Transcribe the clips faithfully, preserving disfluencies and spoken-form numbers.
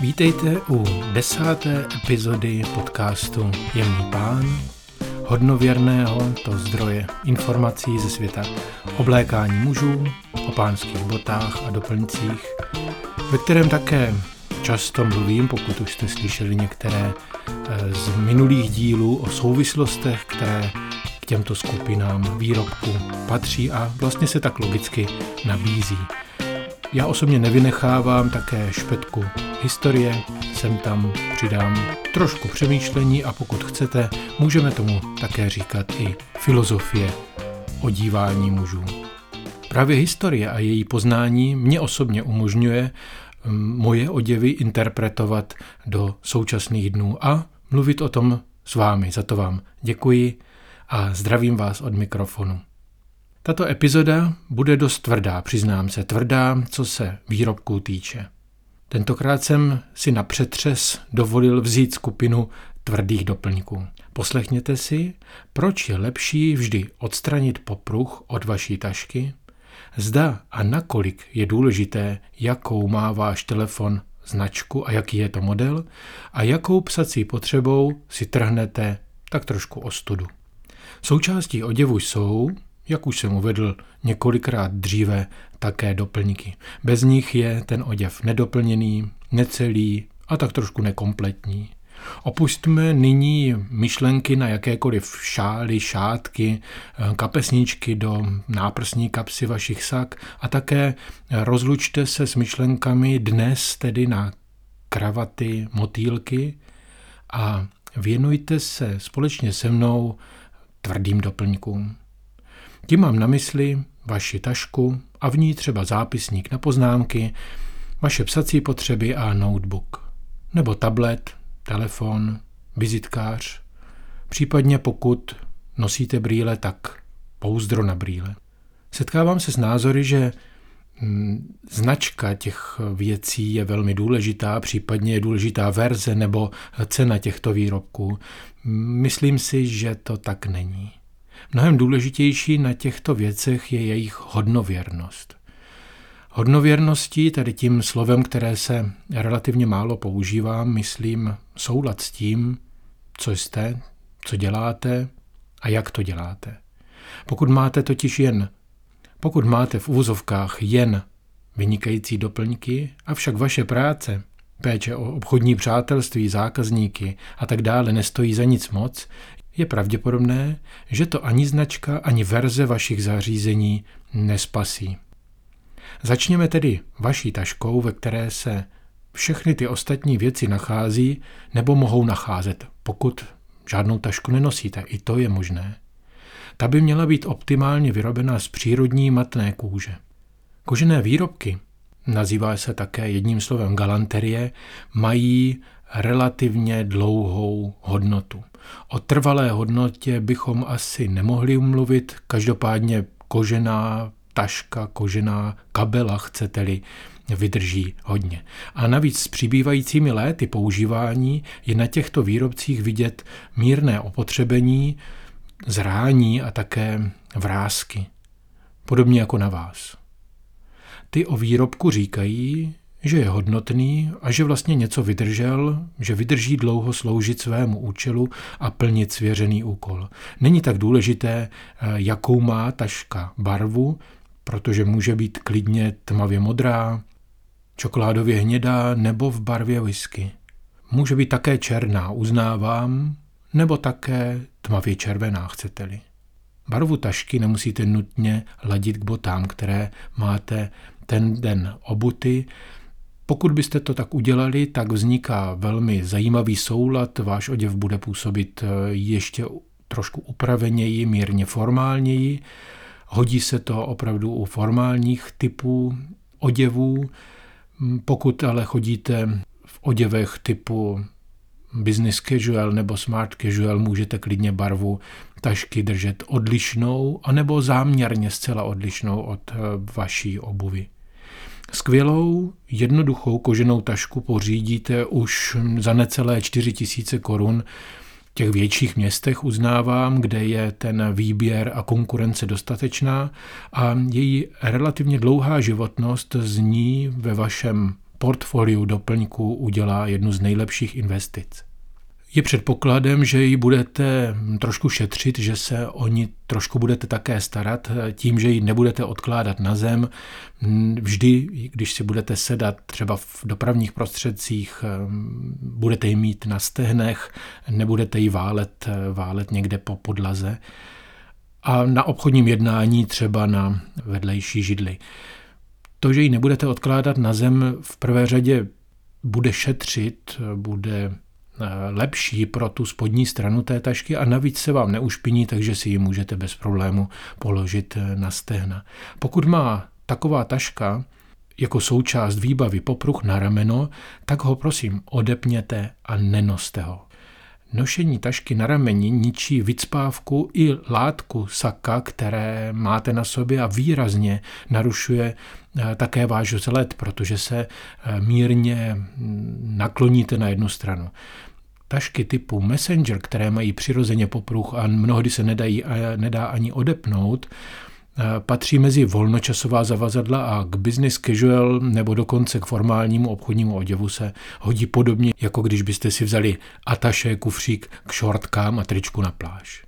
Vítejte u desáté epizody podcastu Jemný pán, hodnověrného to zdroje informací ze světa oblékání mužů, o pánských botách a doplňcích, ve kterém také často mluvím, pokud už jste slyšeli některé z minulých dílů o souvislostech, které k těmto skupinám výrobků patří a vlastně se tak logicky nabízí. Já osobně nevynechávám také špetku historie, sem tam přidám trošku přemýšlení a pokud chcete, můžeme tomu také říkat i filozofie odívání mužů. Právě historie a její poznání mě osobně umožňuje moje oděvy interpretovat do současných dnů a mluvit o tom s vámi. Za to vám děkuji a zdravím vás od mikrofonu. Tato epizoda bude dost tvrdá, přiznám se, tvrdá, co se výrobků týče. Tentokrát jsem si na přetřes dovolil vzít skupinu tvrdých doplňků. Poslechněte si, proč je lepší vždy odstranit popruh od vaší tašky, zda a nakolik je důležité, jakou má váš telefon značku a jaký je to model a jakou psací potřebou si trhnete tak trošku ostudu. Součástí oděvu jsou, jak už jsem uvedl několikrát dříve, také doplňky. Bez nich je ten oděv nedoplněný, necelý a tak trošku nekompletní. Opustíme nyní myšlenky na jakékoliv šály, šátky, kapesníčky do náprsní kapsy vašich sak a také rozlučte se s myšlenkami dnes tedy na kravaty, motýlky a věnujte se společně se mnou tvrdým doplňkům. Tím mám na mysli vaši tašku a v ní třeba zápisník na poznámky, vaše psací potřeby a notebook, nebo tablet, telefon, vizitkář, případně pokud nosíte brýle, tak pouzdro na brýle. Setkávám se s názory, že hm, značka těch věcí je velmi důležitá, případně je důležitá verze nebo cena těchto výrobků. Myslím si, že to tak není. Mnohem důležitější na těchto věcech je jejich hodnověrnost. Hodnověrností, tedy tím slovem, které se relativně málo používá, myslím soulad s tím, co jste, co děláte a jak to děláte. Pokud máte totiž jen, pokud máte v uvozovkách jen vynikající doplňky, avšak vaše práce, péče o obchodní přátelství, zákazníky a tak dále nestojí za nic moc, je pravděpodobné, že to ani značka, ani verze vašich zařízení nespasí. Začněme tedy vaší taškou, ve které se všechny ty ostatní věci nachází nebo mohou nacházet, pokud žádnou tašku nenosíte. I to je možné. Ta by měla být optimálně vyrobena z přírodní matné kůže. Kožené výrobky, nazývá se také jedním slovem galanterie, mají relativně dlouhou hodnotu. O trvalé hodnotě bychom asi nemohli mluvit, každopádně kožená taška, kožená kabela, chcete-li, vydrží hodně. A navíc s přibývajícími léty používání je na těchto výrobcích vidět mírné opotřebení, zrání a také vrásky. Podobně jako na vás. Ty o výrobku říkají, že je hodnotný a že vlastně něco vydržel, že vydrží dlouho sloužit svému účelu a plnit svěřený úkol. Není tak důležité, jakou má taška barvu, protože může být klidně tmavě modrá, čokoládově hnědá nebo v barvě whisky. Může být také černá, uznávám, nebo také tmavě červená, chcete-li. Barvu tašky nemusíte nutně ladit k botám, které máte ten den obuty. Pokud byste to tak udělali, tak vzniká velmi zajímavý soulad, váš oděv bude působit ještě trošku upraveněji, mírně formálněji. Hodí se to opravdu u formálních typů oděvů. Pokud ale chodíte v oděvech typu business casual nebo smart casual, můžete klidně barvu tašky držet odlišnou, anebo záměrně zcela odlišnou od vaší obuvi. Skvělou, jednoduchou koženou tašku pořídíte už za necelé čtyři tisíce korun. V těch větších městech uznávám, kde je ten výběr a konkurence dostatečná a její relativně dlouhá životnost zní ve vašem portfoliu doplňků udělá jednu z nejlepších investic. Je předpokladem, že ji budete trošku šetřit, že se o ní trošku budete také starat tím, že ji nebudete odkládat na zem. Vždy, když si budete sedat třeba v dopravních prostředcích, budete ji mít na stehnech, nebudete ji válet, válet někde po podlaze. A na obchodním jednání třeba na vedlejší židli. To, že ji nebudete odkládat na zem, v prvé řadě bude šetřit, bude lepší pro tu spodní stranu té tašky a navíc se vám neušpiní, takže si ji můžete bez problému položit na stehna. Pokud má taková taška jako součást výbavy popruh na rameno, tak ho prosím odepněte a nenoste ho. Nošení tašky na rameni ničí vycpávku i látku saka, které máte na sobě a výrazně narušuje také váš vzhled, protože se mírně nakloníte na jednu stranu. Tašky typu Messenger, které mají přirozeně popruh a mnohdy se nedají, nedá ani odepnout, patří mezi volnočasová zavazadla a k business casual nebo dokonce k formálnímu obchodnímu oděvu se hodí podobně, jako když byste si vzali ataše, kufřík k šortkám a tričku na pláž.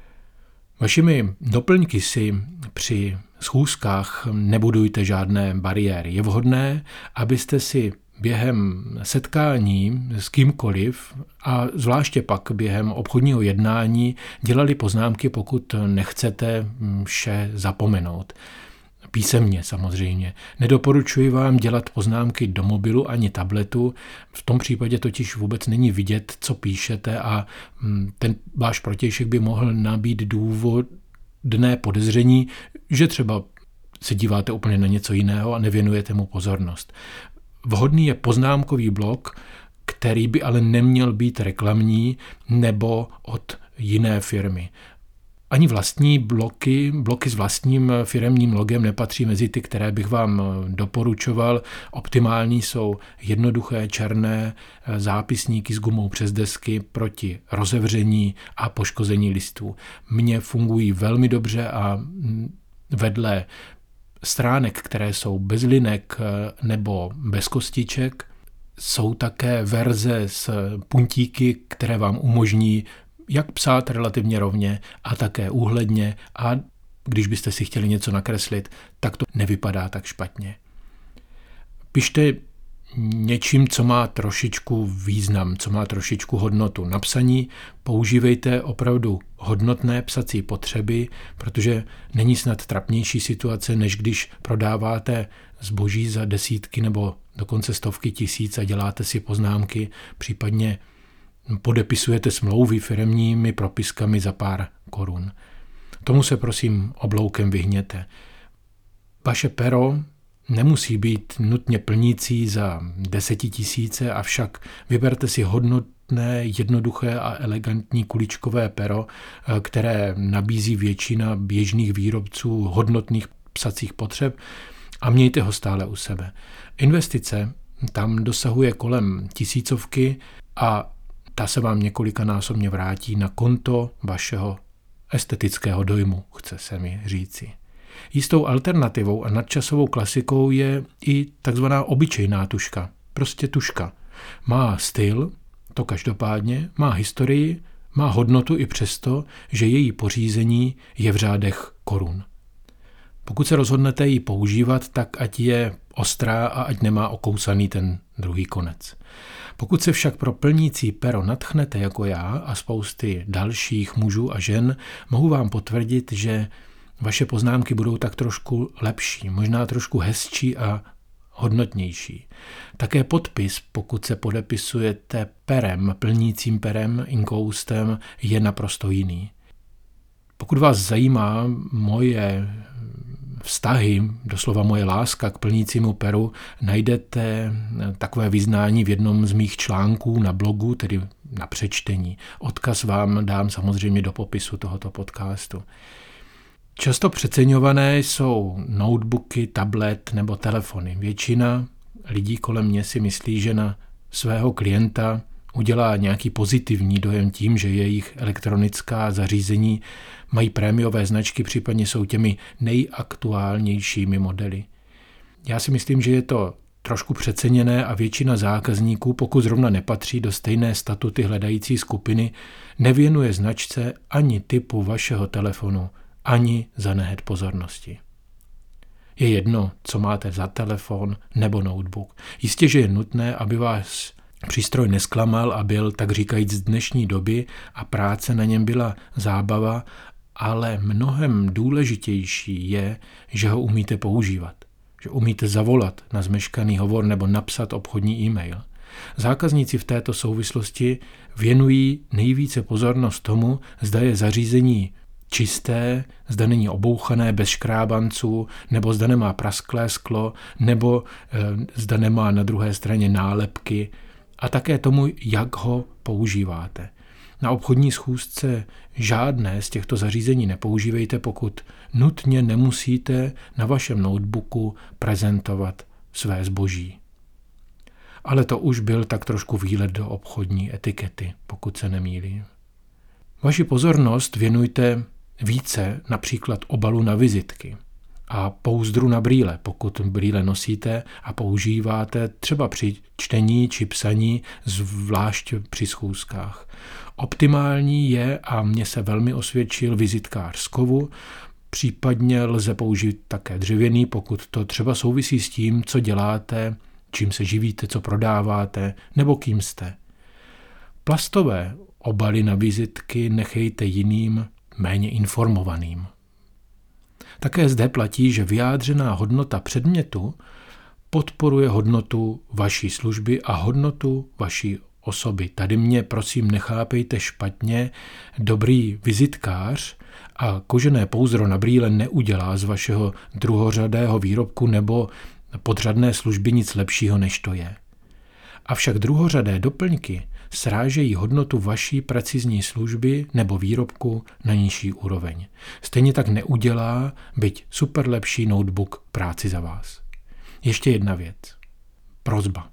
Vašimi doplňky si při schůzkách nebudujte žádné bariéry. Je vhodné, abyste si během setkání s kýmkoliv a zvláště pak během obchodního jednání dělali poznámky, pokud nechcete vše zapomenout. Písemně samozřejmě. Nedoporučuji vám dělat poznámky do mobilu ani tabletu, v tom případě totiž vůbec není vidět, co píšete a ten váš protějšek by mohl nabít důvodné podezření, že třeba se díváte úplně na něco jiného a nevěnujete mu pozornost. Vhodný je poznámkový blok, který by ale neměl být reklamní nebo od jiné firmy. Ani vlastní bloky, bloky s vlastním firemním logem nepatří mezi ty, které bych vám doporučoval. Optimální jsou jednoduché černé zápisníky s gumou přes desky proti rozevření a poškození listů. Mně fungují velmi dobře a vedle stránek, které jsou bez linek nebo bez kostiček, jsou také verze s puntíky, které vám umožní jak psát relativně rovně a také úhledně a když byste si chtěli něco nakreslit, tak to nevypadá tak špatně. Pište něčím, co má trošičku význam, co má trošičku hodnotu. Na psaní používejte opravdu hodnotné psací potřeby, protože není snad trapnější situace, než když prodáváte zboží za desítky nebo dokonce stovky tisíc a děláte si poznámky, případně podepisujete smlouvy firemními propiskami za pár korun. Tomu se prosím obloukem vyhněte. Vaše pero nemusí být nutně plnící za desetitisíce, avšak vyberte si hodnotné, jednoduché a elegantní kuličkové pero, které nabízí většina běžných výrobců hodnotných psacích potřeb a mějte ho stále u sebe. Investice tam dosahuje kolem tisícovky a ta se vám několikanásobně vrátí na konto vašeho estetického dojmu, chce se mi říci. Jistou alternativou a nadčasovou klasikou je i takzvaná obyčejná tužka. Prostě tužka. Má styl, to každopádně, má historii, má hodnotu i přesto, že její pořízení je v řádech korun. Pokud se rozhodnete ji používat, tak ať je ostrá a ať nemá okousaný ten druhý konec. Pokud se však pro plnící pero nadchnete jako já a spousty dalších mužů a žen, mohu vám potvrdit, že vaše poznámky budou tak trošku lepší, možná trošku hezčí a hodnotnější. Také podpis, pokud se podepisujete perem, plnícím perem, inkoustem, je naprosto jiný. Pokud vás zajímá moje vztahy, doslova moje láska k plnícímu peru, najdete takové vyznání v jednom z mých článků na blogu, tedy na přečtení. Odkaz vám dám samozřejmě do popisu tohoto podcastu. Často přeceňované jsou notebooky, tablet nebo telefony. Většina lidí kolem mě si myslí, že na svého klienta udělá nějaký pozitivní dojem tím, že jejich elektronická zařízení mají prémiové značky, případně jsou těmi nejaktuálnějšími modely. Já si myslím, že je to trošku přeceněné a většina zákazníků, pokud zrovna nepatří do stejné statuty hledající skupiny, nevěnuje značce ani typu vašeho telefonu, ani za nehet pozornosti. Je jedno, co máte za telefon nebo notebook. Jistě, že je nutné, aby vás přístroj nesklamal a byl, tak říkajíc, z dnešní doby a práce na něm byla zábava, ale mnohem důležitější je, že ho umíte používat. Že umíte zavolat na zmeškaný hovor nebo napsat obchodní e-mail. Zákazníci v této souvislosti věnují nejvíce pozornost tomu, zda je zařízení čisté, zda není obouchané bez škrábanců, nebo zda nemá prasklé sklo, nebo e, zda nemá na druhé straně nálepky a také tomu, jak ho používáte. Na obchodní schůzce žádné z těchto zařízení nepoužívejte, pokud nutně nemusíte na vašem notebooku prezentovat své zboží. Ale to už byl tak trošku výlet do obchodní etikety, pokud se nemýlím. Vaši pozornost věnujte více například obalu na vizitky a pouzdru na brýle, pokud brýle nosíte a používáte třeba při čtení či psaní, zvlášť při schůzkách. Optimální je, a mně se velmi osvědčil, vizitkář z kovu, případně lze použít také dřevěný, pokud to třeba souvisí s tím, co děláte, čím se živíte, co prodáváte nebo kým jste. Plastové obaly na vizitky nechejte jiným, méně informovaným. Také zde platí, že vyjádřená hodnota předmětu podporuje hodnotu vaší služby a hodnotu vaší osoby. Tady mě prosím nechápejte špatně, dobrý vizitkář a kožené pouzdro na brýle neudělá z vašeho druhořadého výrobku nebo podřadné služby nic lepšího, než to je. Avšak druhořadé doplňky srážejí hodnotu vaší precizní služby nebo výrobku na nižší úroveň. Stejně tak neudělá, byť super lepší notebook práci za vás. Ještě jedna věc. Prosba.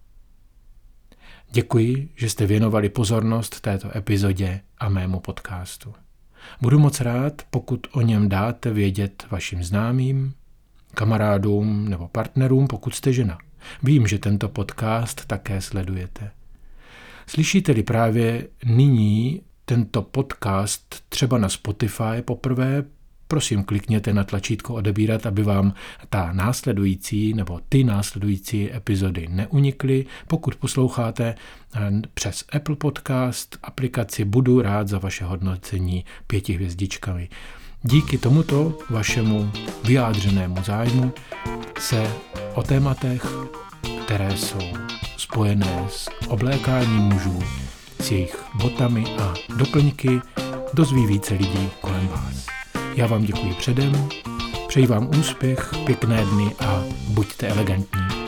Děkuji, že jste věnovali pozornost této epizodě a mému podcastu. Budu moc rád, pokud o něm dáte vědět vašim známým, kamarádům nebo partnerům, pokud jste žena. Vím, že tento podcast také sledujete. Slyšíte-li právě nyní tento podcast třeba na Spotify poprvé, prosím klikněte na tlačítko odebírat, aby vám ta následující nebo ty následující epizody neunikly. Pokud posloucháte přes Apple Podcast aplikaci, budu rád za vaše hodnocení pěti hvězdičkami. Díky tomuto vašemu vyjádřenému zájmu se o tématech, které jsou spojené s oblékáním mužů, s jejich botami a doplňky, dozví více lidí kolem vás. Já vám děkuji předem, přeji vám úspěch, pěkné dny a buďte elegantní.